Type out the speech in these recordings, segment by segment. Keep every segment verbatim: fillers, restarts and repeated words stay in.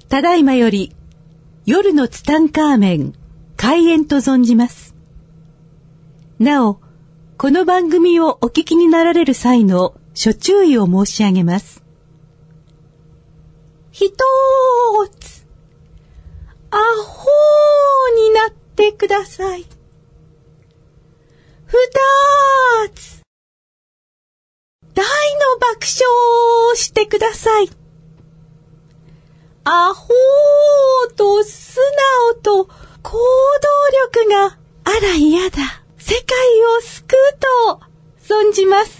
ただいまより夜のツタンカーメン開演と存じます。なお、この番組をお聞きになられる際の諸注意を申し上げます。ひとーつ、アホーになってください。ふたーつ、大の爆笑をしてください。アホーと素直と行動力があら嫌だ。世界を救うと存じます。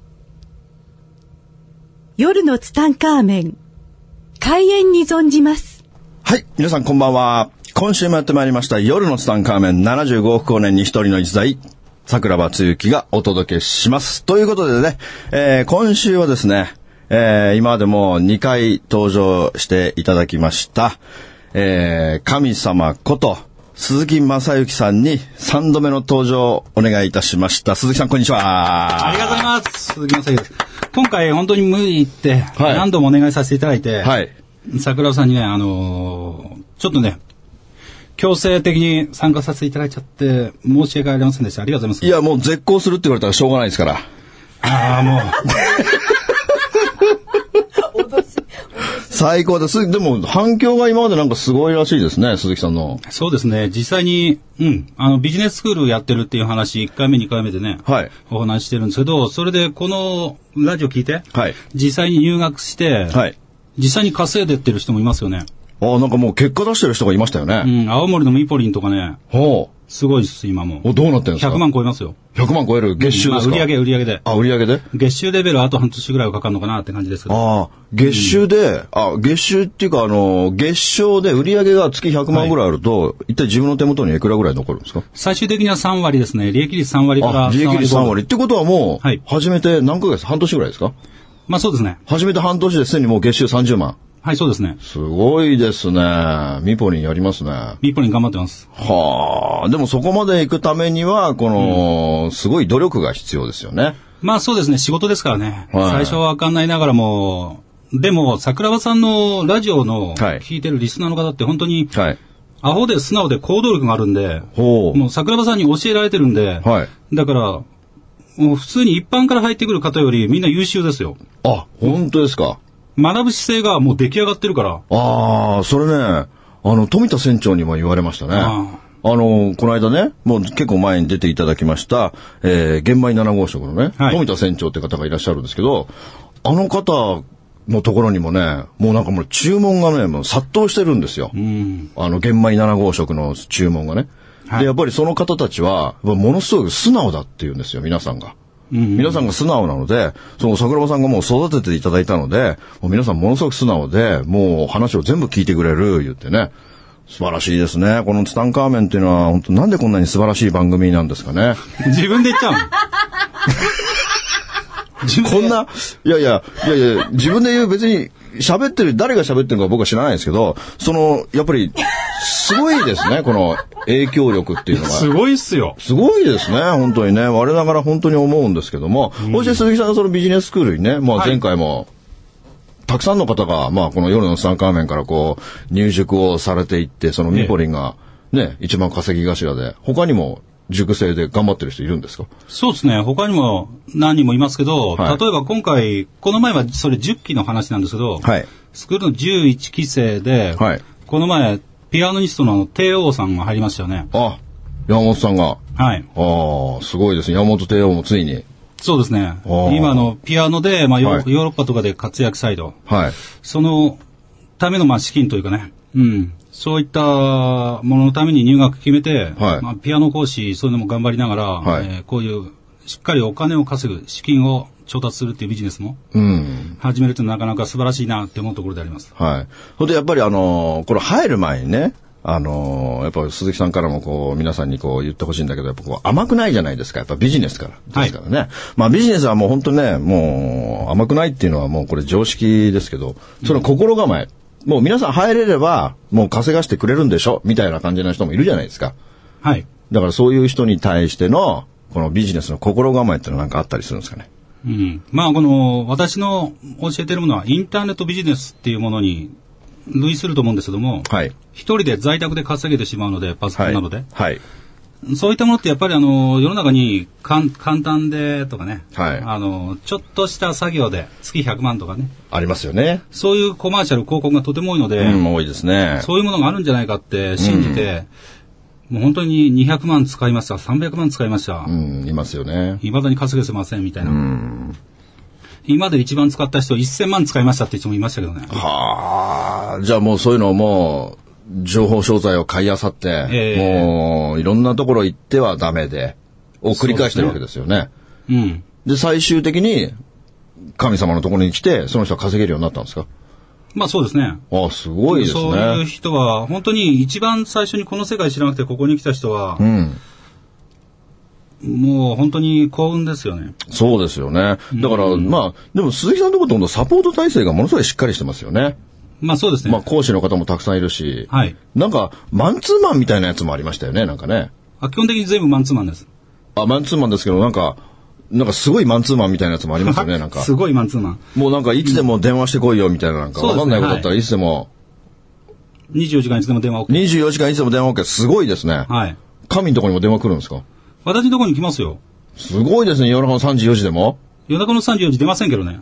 夜のツタンカーメン開演に存じます。 はい、皆さんこんばんは。今週もやってまいりました夜のツタンカーメンななじゅうごおく光年に一人の逸材桜庭つゆきがお届けします。ということでね、えー、今週はですね、えー、今までもにかい登場していただきました、えー、神様こと鈴木正幸さんにさんどめの登場をお願いいたしました。鈴木さんこんにちは。 ありがとうございます。鈴木正幸です。今回本当に無理言って何度もお願いさせていただいて、はい、桜庭さんにね、あのー、ちょっとね強制的に参加させていただいちゃって申し訳ありませんでした。ありがとうございます。 いやもう絶交するって言われたらしょうがないですから。 ああもう最高です。でも反響が今までなんかすごいらしいですね、鈴木さんの。 そうですね。実際に、うん、あのビジネススクールやってるっていう話いっかいめにかいめでね、はい、お話ししてるんですけど、それでこのラジオ聞いて、はい、実際に入学して、はい、実際に稼いでってる人もいますよね。 ああ、なんかもう結果出してる人がいましたよね。 うん、青森のミポリンとかね。ほう。すごいです、今も。 お、どうなってるんですか？ひゃくまん超えますよ。 ひゃくまん超える月収ですか？ まあ、売上売上で。 あ、売上で？ 月収レベルはあと半年ぐらいはかかるのかなって感じですけど。 ああ、月収で、うん、あ、月収っていうか、あの、月賞で売上が月ひゃくまんぐらいあると、はい、一体自分の手元にいくらぐらい残るんですか？ 最終的にはさんわりですね。利益率さんわりから。 利益率さんわりってことはもう、はい、始めて何ヶ月？半年ぐらいですか？ まあそうですね。 始めて半年ですでにもう月収さんじゅうまん。 はい、そうですね。 すごいですね。ミポリンやりますね。 ミポリン頑張ってます。 はあ。でもそこまで行くためには、この、うん、すごい努力が必要ですよね。 まあそうですね。仕事ですからね。はい、最初はわかんないながらも、でも、桜庭さんのラジオの聞いてるリスナーの方って本当に、はい、アホで素直で行動力があるんで、ほうもう桜庭さんに教えられてるんで、はい、だから、もう普通に一般から入ってくる方よりみんな優秀ですよ。 あ、本当ですか。 学ぶ姿勢がもう出来上がってるから。 ああ、それね、あの、富田船長にも言われましたね。ああの、この間ね、もう結構前に出ていただきました、えー、玄米なな号食のね、はい、富田船長って方がいらっしゃるんですけど、あの方のところにもね、もうなんかもう注文がね、もう殺到してるんですよ。うん、あの、玄米なな号食の注文がね。はい、で、やっぱりその方たちは、ものすごく素直だって言うんですよ、皆さんが。うんうん、皆さんが素直なので、その桜庭さんがもう育てていただいたので、もう皆さんものすごく素直で、もう話を全部聞いてくれる、言ってね。素晴らしいですね。このツタンカーメンっていうのは、本当なんでこんなに素晴らしい番組なんですかね。 自分で言っちゃうのこんな、いやいや、いやいや、自分で言う別に喋ってる、誰が喋ってるのか僕は知らないですけど、その、やっぱり、すごいですね、この影響力っていうのが。 すごいっすよ。 すごいですね、本当にね。我ながら本当に思うんですけども、そして鈴木さんがそのビジネススクールにね、まあ前回も、はい、たくさんの方が、まあこの夜のツタンカーメンからこう、入塾をされていって、そのミポリンがね、一番稼ぎ頭で、他にも塾生で頑張ってる人いるんですか？ そうですね、他にも何人もいますけど、はい、例えば今回、この前はそれじゅっきの話なんですけど、はい、スクールのじゅういちき生で、はい、この前、ピアニストの帝王さんが入りましたよね。 あ、山本さんが。 はい。 ああ、すごいですね。山本帝王もついに。 そうですね。今のピアノで、まあヨー、はい、ヨーロッパとかで活躍サイド。はい。そのためのまあ資金というかね。うん。そういったもののために入学決めて、はい。まあピアノ講師、そういうのも頑張りながら、はい。えー、こういうしっかりお金を稼ぐ、資金を調達するっていうビジネスも、うん。始めるとなかなか素晴らしいなって思うところであります。 はい。それでやっぱりあのー、これ入る前にね、あのー、やっぱ鈴木さんからもこう、皆さんにこう言ってほしいんだけど、やっぱこう甘くないじゃないですか。やっぱビジネスから。ですからね。はい、まあビジネスはもう本当ね、もう甘くないっていうのはもうこれ常識ですけど、その心構え。うん、もう皆さん入れれば、もう稼がしてくれるんでしょみたいな感じの人もいるじゃないですか。 はい。 だからそういう人に対しての、このビジネスの心構えっていうのは何かあったりするんですかね。 うん。まあこの、私の教えてるものはインターネットビジネスっていうものに、 類すると思うんですけども、はい、一人で在宅で稼げてしまうので、パソコンなどで。はいはい、そういったものってやっぱりあの、世の中にかん簡単でとかね、はい、あの、ちょっとした作業で月ひゃくまんとかね。 ありますよね。 そういうコマーシャル広告がとても多いので、 うん、多いですね。 そういうものがあるんじゃないかって信じて、うん、もう本当ににひゃくまん使いました、さんびゃくまん使いました。 うん、いますよね。 未だに稼げせませんみたいな。うん、今まで一番使った人せんまん使いましたって人もいましたけどね。 はあ、じゃあもうそういうのをもう、情報商材を買い漁って、えー、もういろんなところ行ってはダメで、を繰り返してるわけですよね。うん。で、最終的に神様のところに来て、その人は稼げるようになったんですか？ まあそうですね。 ああ、すごいですね。 そういう人は、本当に一番最初にこの世界知らなくてここに来た人は、うん、もう本当に幸運ですよね。 そうですよね。だから、うん、まあ、でも鈴木さんのところとサポート体制がものすごいしっかりしてますよね。 まあそうですね。 まあ講師の方もたくさんいるし、はい。なんか、マンツーマンみたいなやつもありましたよね、なんかね。 あ、基本的に全部マンツーマンです。 あ、マンツーマンですけど、なんか、なんかすごいマンツーマンみたいなやつもありますよね、なんか。 すごいマンツーマン。 もうなんかいつでも電話してこいよみたいな、なんかわかんないことだったらいつでも。 にじゅうよじかんいつでも電話 OK。 にじゅうよじかんいつでも電話 OK。すごいですね。はい。神のところにも電話来るんですか？ 私のところに来ますよ。 すごいですね、夜中のさんじよじでも？ 夜中のさんじよじ出ませんけどね。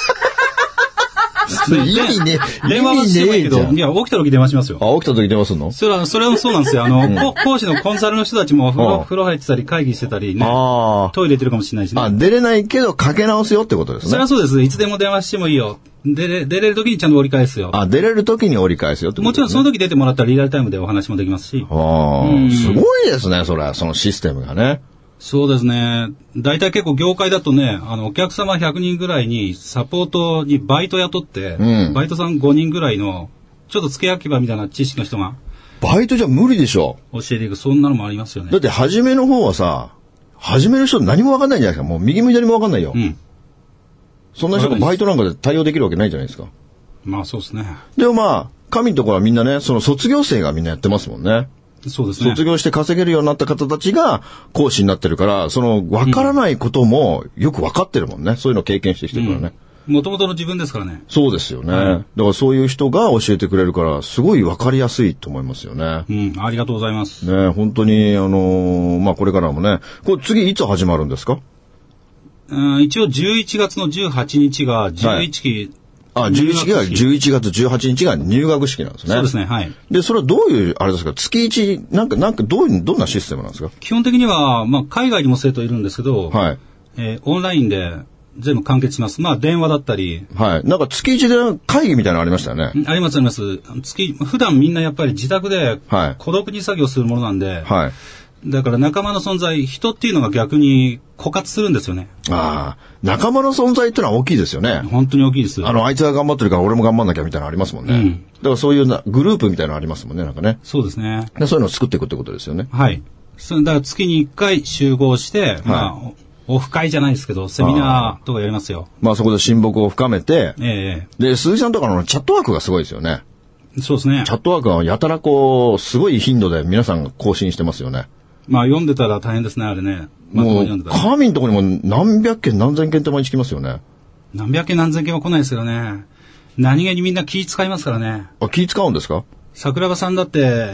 意味ね、 電話はしてもいいけど、いや、起きた時電話しますよ。 あ、起きた時電話するの？ それは、それはそうなんですよ。あの、うん、講師のコンサルの人たちも風呂、風呂入ってたり会議してたりね、トイレ出るかもしれないしね。 あ、出れないけどかけ直すよってことですね。 それはそうです。いつでも電話してもいいよ。出れ、出れる時にちゃんと折り返すよ。 あ、出れる時に折り返すよってことですね。 もちろんその時出てもらったらリアルタイムでお話もできますし。 ああ、うん、すごいですね、それは、そのシステムがね。 そうですね。大体結構業界だとね、あの、お客様ひゃくにんぐらいにサポートにバイト雇って、うん、バイトさんごにんぐらいの、ちょっと付け焼き場みたいな知識の人が。 バイトじゃ無理でしょ。 教えていく、そんなのもありますよね。 だって初めの方はさ、初めの人何もわかんないんじゃないですか。もう右も左もわかんないよ。うん。そんな人がバイトなんかで対応できるわけないじゃないですか。 まあそうですね。 でもまあ、神のところはみんなね、その卒業生がみんなやってますもんね。 そうですね。 卒業して稼げるようになった方たちが講師になってるから、その分からないこともよく分かってるもんね。うん、そういうのを経験してきてるからね。 もともとの自分ですからね。 そうですよね。はい、だからそういう人が教えてくれるから、すごい分かりやすいと思いますよね。 うん、ありがとうございます。 ね、本当に、あのー、まあ、これからもね、これ次いつ始まるんですか？ うん、一応じゅういちがつのじゅうはちにちがじゅういちき、 はい、あ、じゅういちがじゅういちがつじゅうはちにちが入学式なんですね。 そうですね、はい。 で、それはどういう、あれですか、月いち、なんか、なんか、どういう、どんなシステムなんですか？ 基本的には、まあ、海外にも生徒いるんですけど、はい。えー、オンラインで全部完結します。まあ、電話だったり。 はい。なんか、月いちで会議みたいなのありましたよね。 あります、あります。月、普段みんなやっぱり自宅で、孤独に作業するものなんで、はい。だから仲間の存在、人っていうのが逆に枯渇するんですよね。 ああ、仲間の存在ってのは大きいですよね。 本当に大きいです。 あの、あいつが頑張ってるから俺も頑張んなきゃみたいなのありますもんね。うん、だからそういうなグループみたいなのありますもんね、なんかね。 そうですね。 でそういうのを作っていくってことですよね。 はい。それだから月にいっかい集合して、はい、まあ、オフ会じゃないですけど、セミナーとかやりますよ。 まあそこで親睦を深めて、 ええで、鈴木さんとかのチャットワークがすごいですよね。 そうですね。 チャットワークはやたらこう、すごい頻度で皆さんが更新してますよね。 まあ読んでたら大変ですね、あれね。まあ、 もう、神のところにも何百件何千件って毎日来ますよね。 何百件何千件は来ないですよね。何気にみんな気使いますからね。 あ、気使うんですか？ 桜庭さんだって、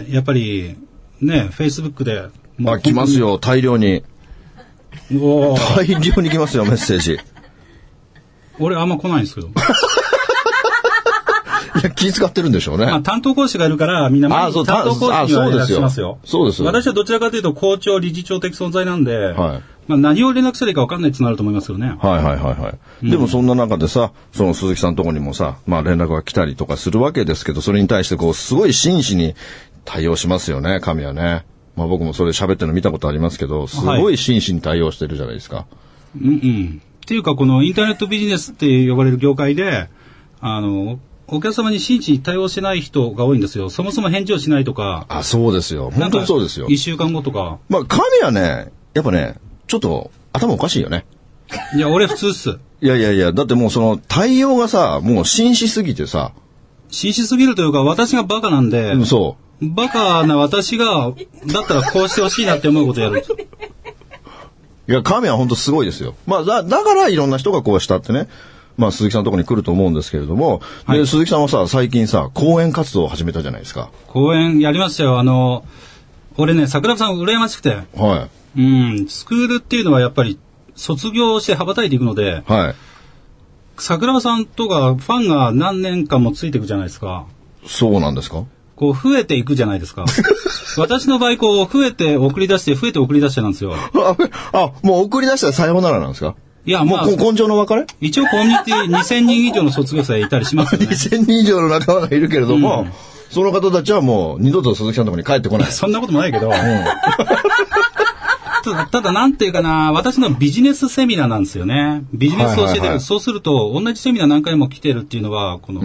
やっぱり、ね、Facebook で。 あ、来ますよ、大量に。お大量に来ますよ、メッセージ。 俺あんま来ないんですけど。 いや、気使ってるんでしょうね。 まあ、担当講師がいるから、みんな毎日担当講師には連絡しますよ。 そうです。 私はどちらかというと、校長、理事長的存在なんで、はい、まあ、何を連絡すればいいか分かんないってなると思いますけどね。 はいはいはいはい。うん、でもそんな中でさ、その鈴木さんのところにもさ、まあ連絡が来たりとかするわけですけど、それに対してこう、すごい真摯に対応しますよね、神はね。まあ僕もそれ喋ってるの見たことありますけど、すごい真摯に対応してるじゃないですか。はい、 うんうん。っていうか、このインターネットビジネスって呼ばれる業界で、あの、お客様に真摯に対応しない人が多いんですよ。そもそも返事をしないとか。 あ、そうですよ。本当にそうですよ。 一週間後とか。 まあ、神はね、やっぱね、ちょっと頭おかしいよね。 いや、俺普通っす。 いやいやいや、だってもうその対応がさ、もう真摯すぎてさ。 真摯すぎるというか、私がバカなんで。 うん、そう。 バカな私が、だったらこうしてほしいなって思うことやる。 いや、神は本当すごいですよ。まあ、だ、だからいろんな人がこうしたってね。 まあ鈴木さんのところに来ると思うんですけれども、はい、で、鈴木さんはさ、最近さ、講演活動を始めたじゃないですか。 講演やりましたよ。あの、俺ね、桜庭さん羨ましくて。 はい。 うん、スクールっていうのはやっぱり卒業して羽ばたいていくので、 はい。 桜庭さんとかファンが何年間もついていくじゃないですか。 そうなんですか？ こう増えていくじゃないですか。私の場合こう増えて送り出して増えて送り出してなんですよ。 あ、もう送り出したらさようならなんですか？ いや、まあ、 もう根性の別れ？ 一応コミュニティにせんにん以上の卒業生いたりしますよね。 にせんにん以上の仲間がいるけれども、うん、その方たちはもう二度と鈴木さんのところに帰ってこない。 そんなこともないけど。うんただ、ただなんていうかな、私のビジネスセミナーなんですよね。ビジネスを教えてる。はいはいはい、そうすると、同じセミナー何回も来てるっていうのは、この、うん、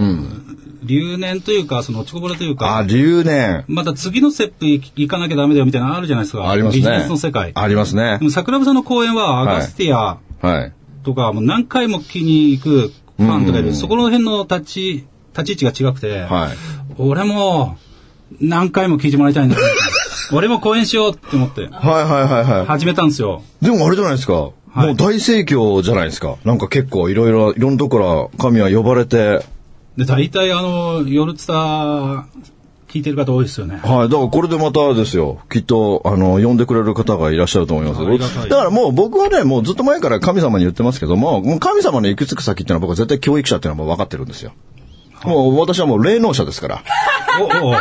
留年というか、その落ちこぼれというか。 あ、留年。 また次のステップ行かなきゃダメだよみたいなのあるじゃないですか。 ありますね。 ビジネスの世界。 ありますね。 でも桜庭さんの講演は、アガスティアとか、もう何回も聞きに行くファンとかいる。そこの辺の立ち、立ち位置が違くて、はい、俺も何回も聞いてもらいたいんだ。俺も講演しようって思って。 はいはいはいはい。 始めたんですよ。 でもあれじゃないですか。はい、もう大盛況じゃないですか。なんか結構いろいろ、いろんなところから神は呼ばれて。 で、大体あの、夜ツタ聞いてる方多いですよね。 はい。だからこれでまたですよ。きっと、あの、呼んでくれる方がいらっしゃると思います。だからもう僕はね、もうずっと前から神様に言ってますけども、もう神様の行き着く先っていうのは僕は絶対教育者っていうのはもう分かってるんですよ。はい、もう私はもう霊能者ですから。おお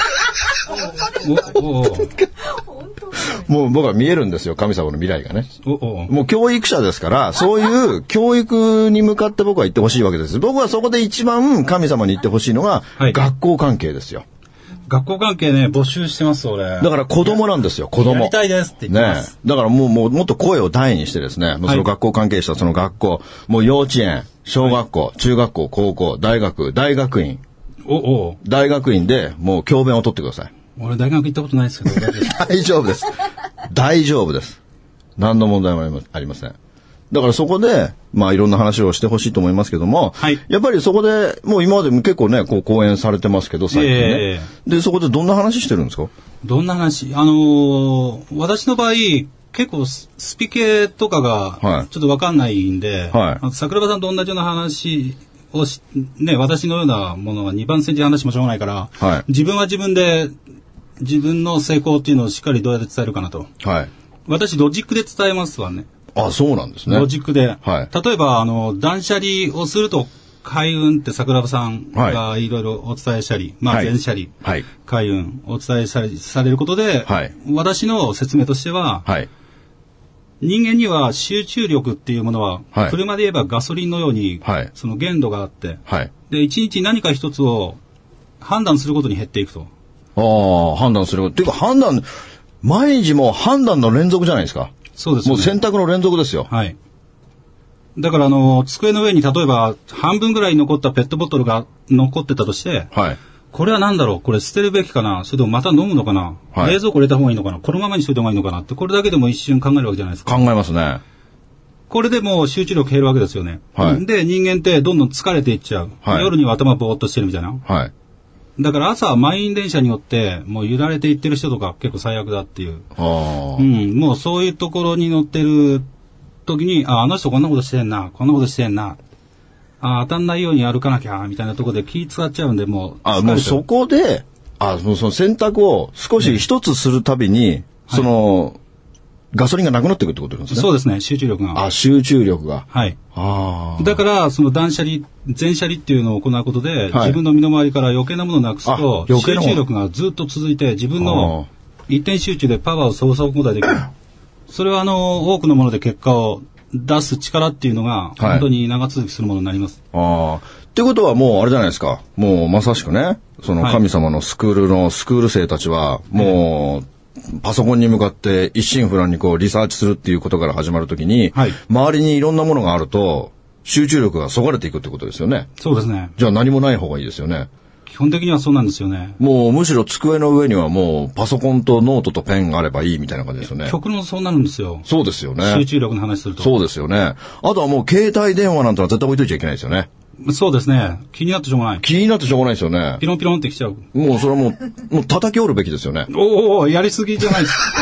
おおもう僕は見えるんですよ、神様の未来がね。おおもう教育者ですから、そういう教育に向かって僕は行ってほしいわけです。僕はそこで一番神様に行ってほしいのが、学校関係ですよ。 学校関係ね、募集してます、俺。 だから子供なんですよ、子供。 やりたいですって言ってます。 ね、だからもう、もう、もっと声を大にしてですね、もうその学校関係者、その学校、もう幼稚園、小学校、はい、中学校、高校、大学、大学院。 おお大学院でもう教鞭を取ってください。 俺大学行ったことないですけど大丈夫です。大丈夫です。何の問題もありません。だからそこでまあいろんな話をしてほしいと思いますけども、はい、やっぱりそこでもう今までも結構ねこう講演されてますけど最近ね、えー、でそこでどんな話してるんですか？ どんな話あのー、私の場合結構スピ系とかがちょっと分かんないんで、はい、桜庭さんと同じような話をしね、私のようなものがにばん煎じで話もしょうがないから、はい、自分は自分で自分の成功っていうのをしっかりどうやって伝えるかなと。はい、私ロジックで伝えますわね。 あ、そうなんですね。 ロジックで。はい、例えばあの断捨離をすると開運って桜庭さんがいろいろお伝えしたり、はい、まあ全捨離、はい、開運お伝えされ、されることで、はい、私の説明としては、はい、人間には集中力っていうものは、はい、車で言えばガソリンのように、はい、その限度があって、はい、で一日何か一つを判断することに減っていくと。 ああ、判断すること。っていうか判断、毎日もう判断の連続じゃないですか。 そうですね。 もう選択の連続ですよ。 はい。だからあの、机の上に例えば半分ぐらい残ったペットボトルが残ってたとして、はい。これは何だろう、これ捨てるべきかな、それともまた飲むのかな、はい、冷蔵庫入れた方がいいのかな、このままにしといた方がいいのかなって、これだけでも一瞬考えるわけじゃないですか。 考えますね。 これでもう集中力減るわけですよね。はい、で、人間ってどんどん疲れていっちゃう。はい、夜には頭ぼーっとしてるみたいな。はい、だから朝、満員電車によって、もう揺られていってる人とか結構最悪だっていう。あうん、もうそういうところに乗ってる時に、あ、あの人こんなことしてんな、こんなことしてんな。あ、当たんないように歩かなきゃみたいなところで気使っちゃうんで、もうあもうそこであもうその選択を少し一つするたびに、ね、その、はい、ガソリンがなくなっていくってことですね。 そうですね、集中力が。 あ集中力が。 はい。あだからその断捨離全捨離っていうのを行うことで、はい、自分の身の回りから余計なものをなくすと集中力がずっと続いて自分の一点集中でパワーを注ぐことができる。それはあの多くのもので結果を出す力っていうのが本当に長続きするものになります。 はい、ああ。ってことはもうあれじゃないですか。もうまさしくね、その神様のスクールのスクール生たちはもうパソコンに向かって一心不乱にこうリサーチするっていうことから始まるときに、はい、周りにいろんなものがあると集中力がそがれていくってことですよね。 そうですね。 じゃあ何もない方がいいですよね。 基本的にはそうなんですよね。 もうむしろ机の上にはもうパソコンとノートとペンがあればいいみたいな感じですよね。 極論そうなるんですよ。 そうですよね。 集中力の話すると。 そうですよね。あとはもう携帯電話なんてのは絶対置いといちゃいけないですよね。 そうですね。気になってしょうがない。 気になってしょうがないですよね。 ピロンピロンってきちゃう。 もうそれはもう、もう叩き折るべきですよね。 おおやりすぎじゃないですか。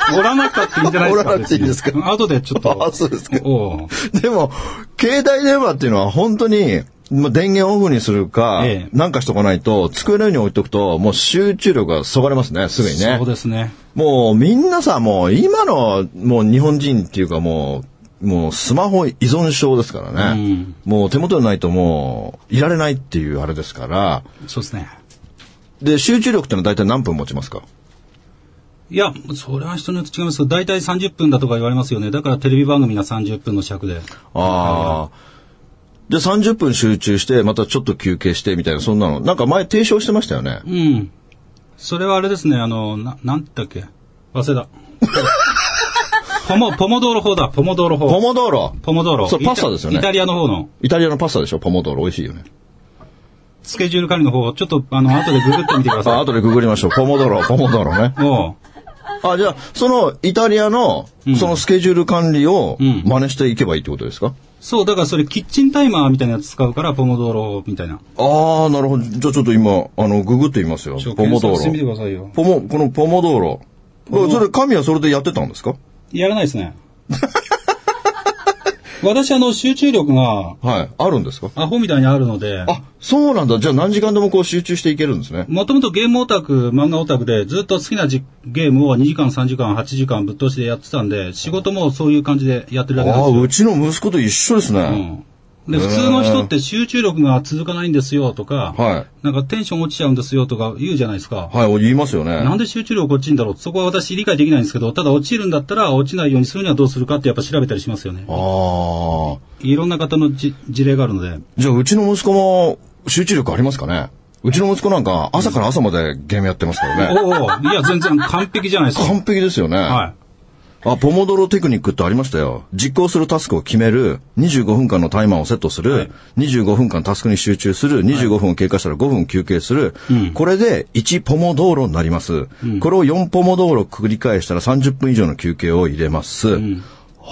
折らなくたっていいんじゃないですか。 折らなくていいですか。 後でちょっと。 あ、そうですか。でも、携帯電話っていうのは本当に、まあ、電源オフにするか、ええ、なんかしとかないと、机の上に置いとくと、もう集中力がそがれますね、すぐにね。 そうですね。 もうみんなさ、もう今の、もう日本人っていうかもう、もうスマホ依存症ですからね。うん、もう手元にないともう、いられないっていうあれですから。 そうですね。 で、集中力ってのは大体何分持ちますか？ いや、それは人によって違いますけど、大体さんじゅっぷんだとか言われますよね。だからテレビ番組がさんじゅっぷんの尺で。 ああ。で、さんじゅっぷん集中して、またちょっと休憩してみたいな、そんなの。なんか前提唱してましたよね。 うん。それはあれですね、あの、な、なんて言ったっけ忘れた。ポモ、ポモドーロ法だ、ポモドーロ法。 ポモドーロ。 ポモドーロ。 そう、パスタですよね。 イタリアの方の。 イタリアのパスタでしょ、ポモドーロ。美味しいよね。 スケジュール管理の方、ちょっと、あの、後でググってみてください。 あ、後でググりましょう。ポモドーロ、ポモドーロね。 おう。 あ、じゃあ、その、イタリアの、そのスケジュール管理を、真似していけばいいってことですか？うん、 そう、だからそれ、キッチンタイマーみたいなやつ使うから、ポモドーロみたいな。 ああ、なるほど。じゃあちょっと今、あの、ググってみますよ。ポモドーロ。 してみてくださいよ。 ポモ、このポモドーロ。それ、神はそれでやってたんですか？ やらないですね。私、あの、集中力が。 はい。あるんですか？ アホみたいにあるので。 あ、そうなんだ。じゃあ何時間でもこう集中していけるんですね。 もともとゲームオタク、漫画オタクで、ずっと好きなじゲームをにじかん、さんじかん、はちじかんぶっ通しでやってたんで、仕事もそういう感じでやってるだけなんですよ。 ああ、うちの息子と一緒ですね。 うんで、普通の人って集中力が続かないんですよとか、 はい、 なんかテンション落ちちゃうんですよとか言うじゃないですか。 はい、言いますよね。 なんで集中力落ちるんだろう、そこは私理解できないんですけど、ただ落ちるんだったら落ちないようにするにはどうするかってやっぱ調べたりしますよね。 ああ。 いろんな方のじ事例があるので。 じゃあうちの息子も集中力ありますかね？うちの息子なんか朝から朝までゲームやってますからね。 おお、いや全然完璧じゃないですか。 完璧ですよね。はい。あ、ポモドロテクニックってありましたよ。実行するタスクを決める、にじゅうごふんかんのタイマーをセットする、はい、にじゅうごふんかんタスクに集中する、にじゅうごふんを経過したらごふん休憩する、はい、これでいちポモドーロになります、うん。これをよんポモドーロ繰り返したらさんじゅっぷん以上の休憩を入れます。うん、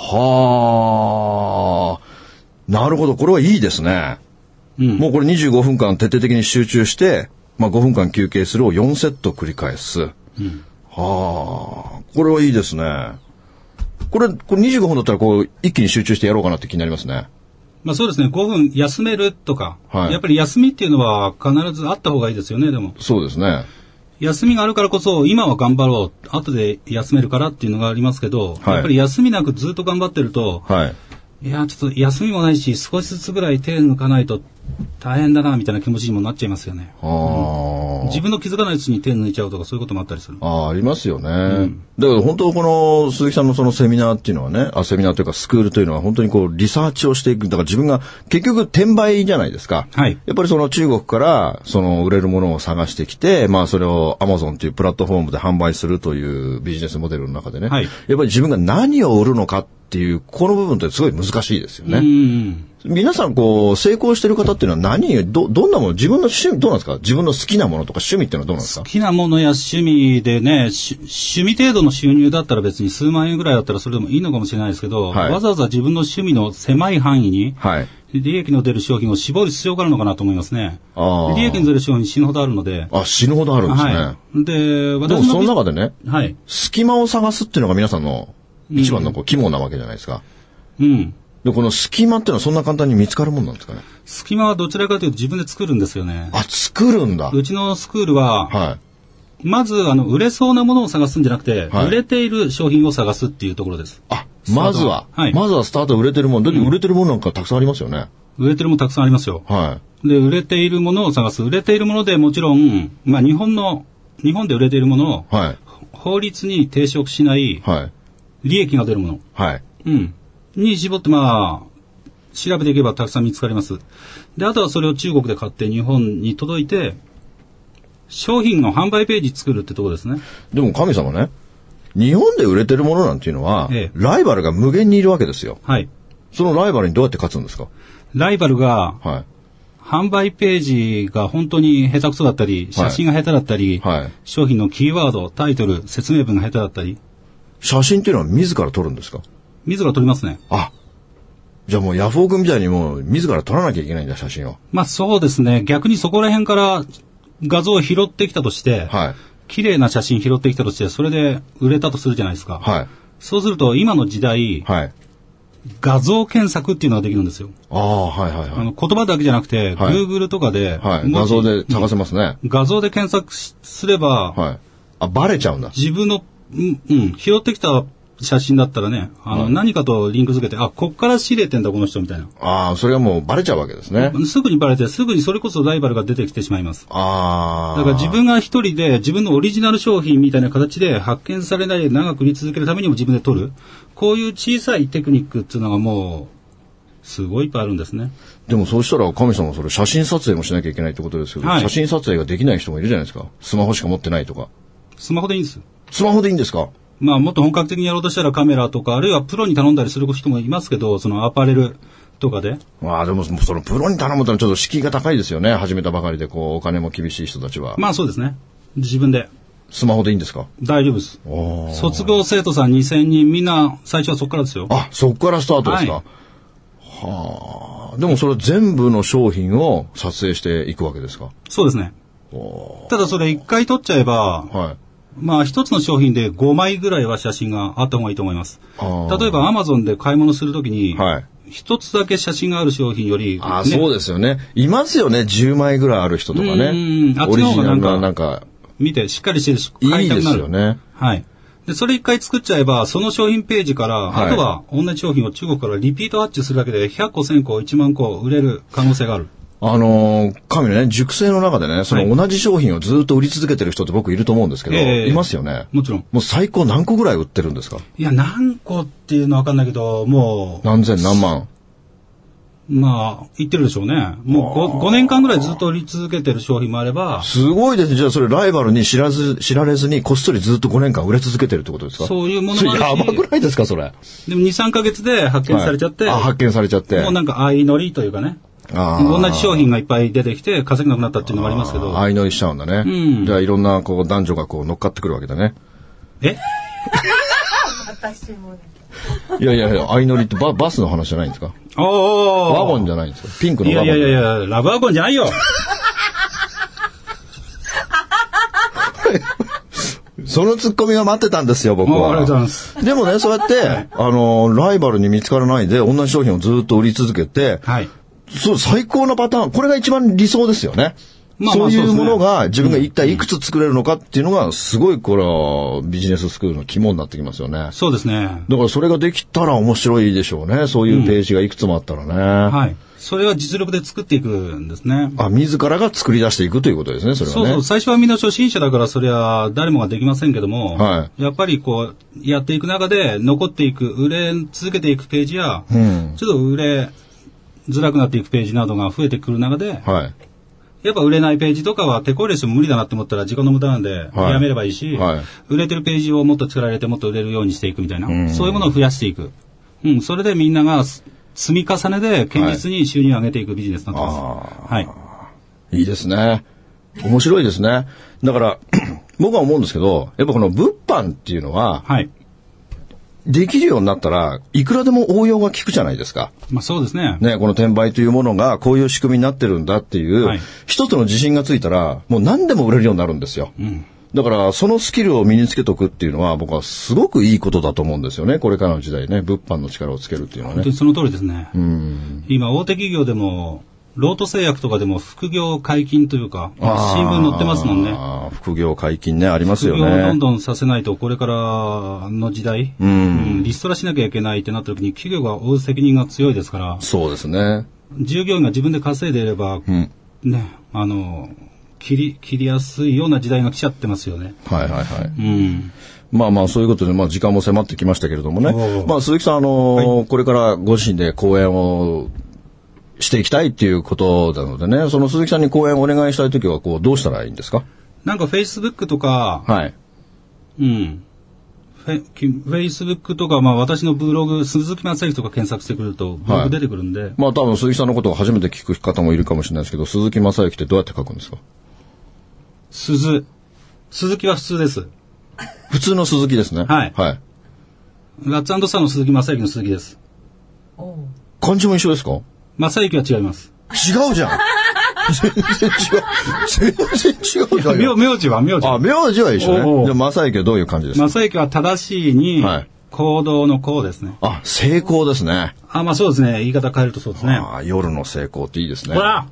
はあ、なるほど、これはいいですね。うん、もうこれにじゅうごふんかん徹底的に集中して、まあ、ごふんかん休憩するをよんセット繰り返す。うん、はあ、これはいいですね。これ、これにじゅうごふんだったらこう一気に集中してやろうかなって気になりますね。 まあそうですね。ごふん休めるとか、はい、やっぱり休みっていうのは必ずあった方がいいですよね。でもそうですね。 休みがあるからこそ今は頑張ろう、後で休めるからっていうのがありますけど、はい、やっぱり休みなくずっと頑張ってると、はい、いやちょっと休みもないし少しずつぐらい手抜かないと大変だなみたいな気持ちにもなっちゃいますよね。あ、うん、自分の気づかないうちに手抜いちゃうとかそういうこともあったりする。 ああ、ありますよね。うん、だから本当この鈴木さんのそのセミナーっていうのはね、あ、セミナーというかスクールというのは本当にこうリサーチをしていく。だから自分が結局転売じゃないですか。はい。やっぱりその中国からその売れるものを探してきて、まあそれを Amazon というプラットフォームで販売するというビジネスモデルの中でね。はい。やっぱり自分が何を売るのかっていうこの部分ってすごい難しいですよね。うん。皆さんこう成功してる方っていうのは何どどんなもの自分の趣味どうなんですか？自分の好きなものとか趣味っていうのはどうなんですか？ 好きなものや趣味でね、趣味程度の収入だったら別に数万円ぐらいだったらそれでもいいのかもしれないですけど、はい、わざわざ自分の趣味の狭い範囲に利益の出る商品を絞る必要があるのかなと思いますね。あ、利益の出る商品死ぬほどあるので。 あ、死ぬほどあるんですね。はい、 で、 私のでもその中でね、はい、隙間を探すっていうのが皆さんの一番のこう肝なわけじゃないですか。うん。で、この隙間っていうのはそんな簡単に見つかるもんなんですかね？ 隙間はどちらかというと自分で作るんですよね。 あ、作るんだ。 うちのスクールは、はい、まず、あの、売れそうなものを探すんじゃなくて、はい、売れている商品を探すっていうところです。 あ、まずは、はい、まずはスタート売れてるもの。だって売れてるものなんかたくさんありますよね。 売れてるものたくさんありますよ。はい。で、売れているものを探す。売れているものでもちろん、まあ、日本の、日本で売れているものを、はい、法律に抵触しない、はい、利益が出るもの。はい。うん。に絞って、まあ、調べていけばたくさん見つかります。で、あとはそれを中国で買って日本に届いて、商品の販売ページ作るってところですね。 でも神様ね、日本で売れてるものなんていうのは、ええ、ライバルが無限にいるわけですよ。はい。そのライバルにどうやって勝つんですか？ ライバルが、はい。販売ページが本当に下手くそだったり、写真が下手だったり、はいはい、商品のキーワード、タイトル、説明文が下手だったり。 写真っていうのは自ら撮るんですか？ 自ら撮りますね。 あ、じゃあもうヤフオクみたいにもう自ら撮らなきゃいけないんだ、写真を。 まあそうですね。逆にそこら辺から画像を拾ってきたとして、はい、 綺麗な写真拾ってきたとして、それで売れたとするじゃないですか。 はい。 そうすると、今の時代、はい。画像検索っていうのができるんですよ。 ああ、はいはいはい。 あの言葉だけじゃなくて、はい、Google とかで、 はい、画像で探せますね。 画像で検索すれば、 はい。あ、バレちゃうんだ。 自分の、うん、うん、拾ってきた写真だったらね、あの、はい、何かとリンク付けて、あ、こっから仕入れてんだ、この人みたいな。 ああ、それがもうバレちゃうわけですね。 すぐにバレて、すぐにそれこそライバルが出てきてしまいます。 ああ。 だから自分が一人で自分のオリジナル商品みたいな形で発見されないで長く売り続けるためにも自分で撮る。こういう小さいテクニックっていうのがもう、すごいいっぱいあるんですね。 でもそうしたら神様それ写真撮影もしなきゃいけないってことですけど、はい、写真撮影ができない人もいるじゃないですか。スマホしか持ってないとか。 スマホでいいんです。 スマホでいいんですか？ まあもっと本格的にやろうとしたらカメラとか、あるいはプロに頼んだりする人もいますけど、そのアパレルとかで。 まあでもそのプロに頼むとちょっと敷居が高いですよね。始めたばかりでこうお金も厳しい人たちは。 まあそうですね。自分で。 スマホでいいんですか？ 大丈夫です。卒業生徒さんにせんにんみんな最初はそこからですよ。 あ、そこからスタートですか？はい、はあ。でもそれ全部の商品を撮影していくわけですか？ そうですね。ただそれ一回撮っちゃえば、はい、まあ一つの商品でごまいぐらいは写真があった方がいいと思います。例えばアマゾンで買い物するときに、はい、一つだけ写真がある商品より、ね、 あ、そうですよね。いますよね。じゅうまいぐらいある人とかね。 うん、あっちの方がなんか、なんか見てしっかりしてる買いたくなる。いいですよね。 はい。で、それ一回作っちゃえば、その商品ページから、はい、あとは同じ商品を中国からリピート発注するだけでひゃっこ、せんこ、いちまんこ売れる可能性がある。 あのー、神のね、熟成の中でね、その同じ商品をずっと売り続けてる人って僕いると思うんですけど、えー、いますよね。 もちろん。 もう最高何個ぐらい売ってるんですか？ いや、何個っていうのは分かんないけど、もう。 何千何万。 まあ、言ってるでしょうね。もう 5, ごねんかんぐらいずっと売り続けてる商品もあれば。 すごいですね。じゃあそれライバルに知らず、知られずにこっそりずっとごねんかん売れ続けてるってことですか？ そういうものもあるし。 やばくないですか、それ。 でもに、さんかげつで発見されちゃって。 はい、あ、発見されちゃって。 もうなんか相乗りというかね。あ、同じ商品がいっぱい出てきて稼げなくなったっていうのもありますけど。 相乗りしちゃうんだね。うん、じゃあいろんなこう男女がこう乗っかってくるわけだね。 え私もね。 いやいやいや、相乗りってバ、バスの話じゃないんですか？ おー。 ワゴンじゃないんですか？ピンクのワゴン。 いやいやいやいや、ラブワゴンじゃないよ。 そのツッコミが待ってたんですよ、僕は。 ありがとうございます。 でもね、そうやって、はい、あの、ライバルに見つからないで、同じ商品をずっと売り続けて、はい、そう、最高なパターン、これが一番理想ですよね。まあまあ、そういうものが自分が一体いくつ作れるのかっていうのがすごいこれはビジネススクールの肝になってきますよね。 そうですね。 だからそれができたら面白いでしょうね。そういうページがいくつもあったらね。うん、 はい。それは実力で作っていくんですね。 あ、自らが作り出していくということですね、それはね。 そうそう。最初はみんな初心者だからそれは誰もができませんけども、はい、やっぱりこうやっていく中で残っていく、売れ続けていくページや、うん、ちょっと売れづらくなっていくページなどが増えてくる中で、はい、やっぱ売れないページとかは手こ入れしても無理だなって思ったら時間の無駄なんでやめればいいし、はいはい、売れてるページをもっと作られてもっと売れるようにしていくみたいな、うん、そういうものを増やしていく。うん、それでみんなが積み重ねで堅実に収入を上げていくビジネスになってます。はい。 いいですね。面白いですね。だから僕は思うんですけど、やっぱこの物販っていうのは、はい、できるようになったらいくらでも応用が効くじゃないですか。 まあそうですね。 ね、この転売というものがこういう仕組みになってるんだっていう、はい、一つの自信がついたらもう何でも売れるようになるんですよ。うん、だからそのスキルを身につけとくっていうのは僕はすごくいいことだと思うんですよね。これからの時代ね、物販の力をつけるっていうのはね。 本当にその通りですね。うん、今大手企業でもロート製薬とかでも副業解禁というか新聞載ってますもんね。 副業解禁ね、ありますよね。 副業をどんどんさせないとこれからの時代、うんうん、リストラしなきゃいけないってなった時に企業が負う責任が強いですから。 そうですね。 従業員が自分で稼いでいれば、うん、ね、あの切り切りやすいような時代が来ちゃってますよね。 はいはいはい。うん、まあまあそういうことで、まあ時間も迫ってきましたけれどもね。まあ鈴木さん、あのーはい、これからご自身で講演をしていきたいっていうことなのでね、その鈴木さんに講演をお願いしたいときはこうどうしたらいいんですか？ なんかフェイスブックとか、はい、うん、フェイスブックとか、まあ私のブログ鈴木正幸とか検索してくるとブログ出てくるんで、はい、 まあ多分鈴木さんのことを初めて聞く方もいるかもしれないですけど、鈴木正幸ってどうやって書くんですか？ 鈴鈴木は普通です。 普通の鈴木ですね。 はい。はい。ラッツ&スターの鈴木正幸の鈴木です。 漢字も一緒ですか？ 正幸は違います。 違うじゃん。 全然違う。全然違うじゃん。 名字は名字は。 あ、名字は一緒ね。おうおうじゃあ、正幸はどういう感じですか？ 正幸は正しいに、はい、行動の行ですね。 あ、成功ですね。 あ、まあそうですね。言い方変えるとそうですね。 あ、夜の成功っていいですね。 ほら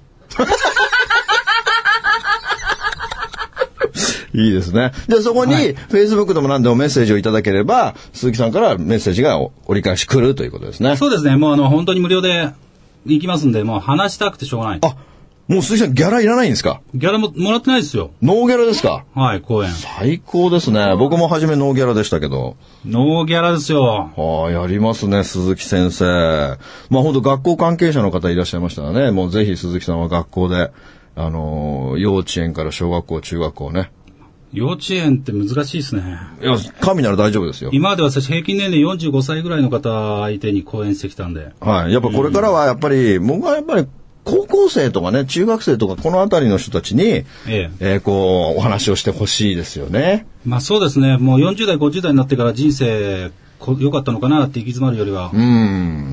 いいですね。じゃあそこに、Facebook でも何でもメッセージをいただければ、鈴木さんからメッセージが折り返し来るということですね。 そうですね。もうあの、本当に無料で行きますんで、もう話したくてしょうがない。 あ、もう鈴木さんギャラいらないんですか？ ギャラももらってないですよ。 ノーギャラですか？ はい、公演。 最高ですね。僕も初めノーギャラでしたけど。 ノーギャラですよ。 はあ、やりますね、鈴木先生。まあ本当学校関係者の方いらっしゃいましたらね、もうぜひ鈴木さんは学校で、あのー、幼稚園から小学校、中学校ね。 幼稚園って難しいですね。 いや、神なら大丈夫ですよ。 今まで私平均年齢よんじゅうごさいぐらいの方相手に講演してきたんで。 はい。やっぱこれからはやっぱり、うん、僕はやっぱり高校生とかね、中学生とかこのあたりの人たちに、えええー、こう、お話をしてほしいですよね。 まあそうですね。もうよんじゅう代、ごじゅう代になってから人生良かったのかなって行き詰まるよりは。 うん。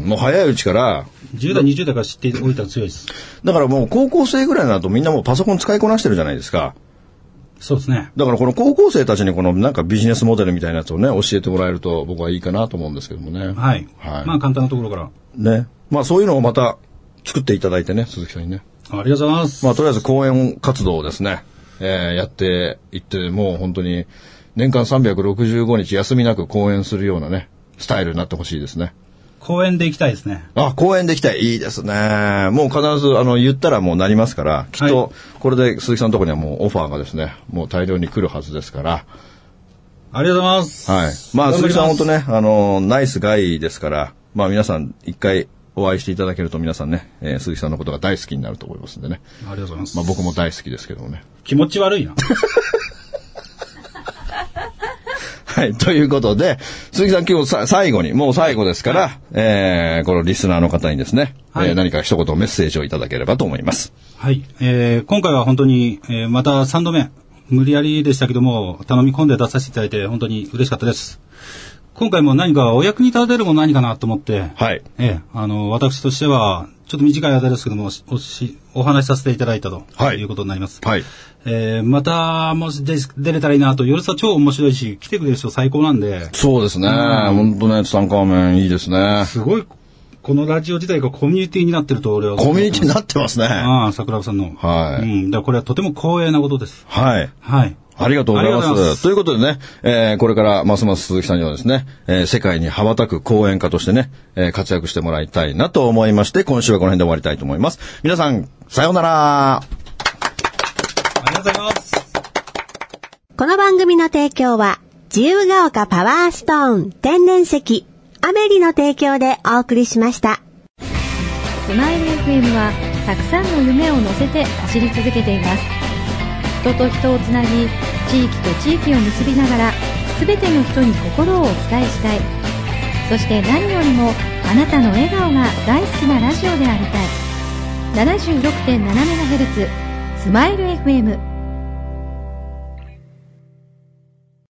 もう早いうちから。 じゅう代、にじゅう代から知っておいたら強いです。 だからもう高校生ぐらいになるとみんなもうパソコン使いこなしてるじゃないですか。 そうですね。 だからこの高校生たちにこのなんかビジネスモデルみたいなやつをね、教えてもらえると僕はいいかなと思うんですけどもね。 はい。はい。まあ簡単なところから。 ね。まあそういうのをまた作っていただいてね、鈴木さんにね。 ありがとうございます。 まあとりあえず講演活動をですね、えー、やっていって、もう本当に年間さんびゃくろくじゅうごにち休みなく講演するようなね、スタイルになってほしいですね。 公園で行きたいですね。 あ、公園で行きたい。いいですね。もう必ず、あの、言ったらもうなりますから、きっと、これで鈴木さんのところにはもうオファーがですね、もう大量に来るはずですから。 ありがとうございます。 はい。まあ、鈴木さん本当ね、あの、ナイスガイですから、まあ皆さん一回お会いしていただけると皆さんね、えー、鈴木さんのことが大好きになると思いますんでね。 ありがとうございます。 まあ僕も大好きですけどもね。 気持ち悪いな。 はい。ということで、鈴木さん今日さ最後に、もう最後ですから、はい、えー、このリスナーの方にですね、はい、えー、何か一言メッセージをいただければと思います。 はい。えー、今回は本当に、えー、またさんどめ、無理やりでしたけども、頼み込んで出させていただいて本当に嬉しかったです。今回も何かお役に立てるもの何かなと思って、はい。えー、あの、私としては、ちょっと短い間ですけども、おし、お話しさせていただいたと、はい、いうことになります。はい。えー、また、もし出れたらいいなと、夜さ超面白いし、来てくれる人最高なんで。 そうですね。本当ね、ツタンカーメンいいですね。 すごい、このラジオ自体がコミュニティになってると俺は。 コミュニティになってますね。 ああ、桜庭さんの。はい。うん。だからこれはとても光栄なことです。 はい。はい。ありがとうございます。ますということでね、えー、これからますます鈴木さんにはですね、えー、世界に羽ばたく講演家としてね、えー、活躍してもらいたいなと思いまして、今週はこの辺で終わりたいと思います。皆さん、さようなら。 ありがとうございます。 この番組の提供は、自由が丘パワーストーン天然石、アメリの提供でお送りしました。 スマイル エフエム は、たくさんの夢を乗せて走り続けています。人と人をつなぎ、地域と地域を結びながら、すべての人に心をお伝えしたい。そして何よりも、あなたの笑顔が大好きなラジオでありたい。ななじゅうろくてんななメガヘルツ スマイル エフエム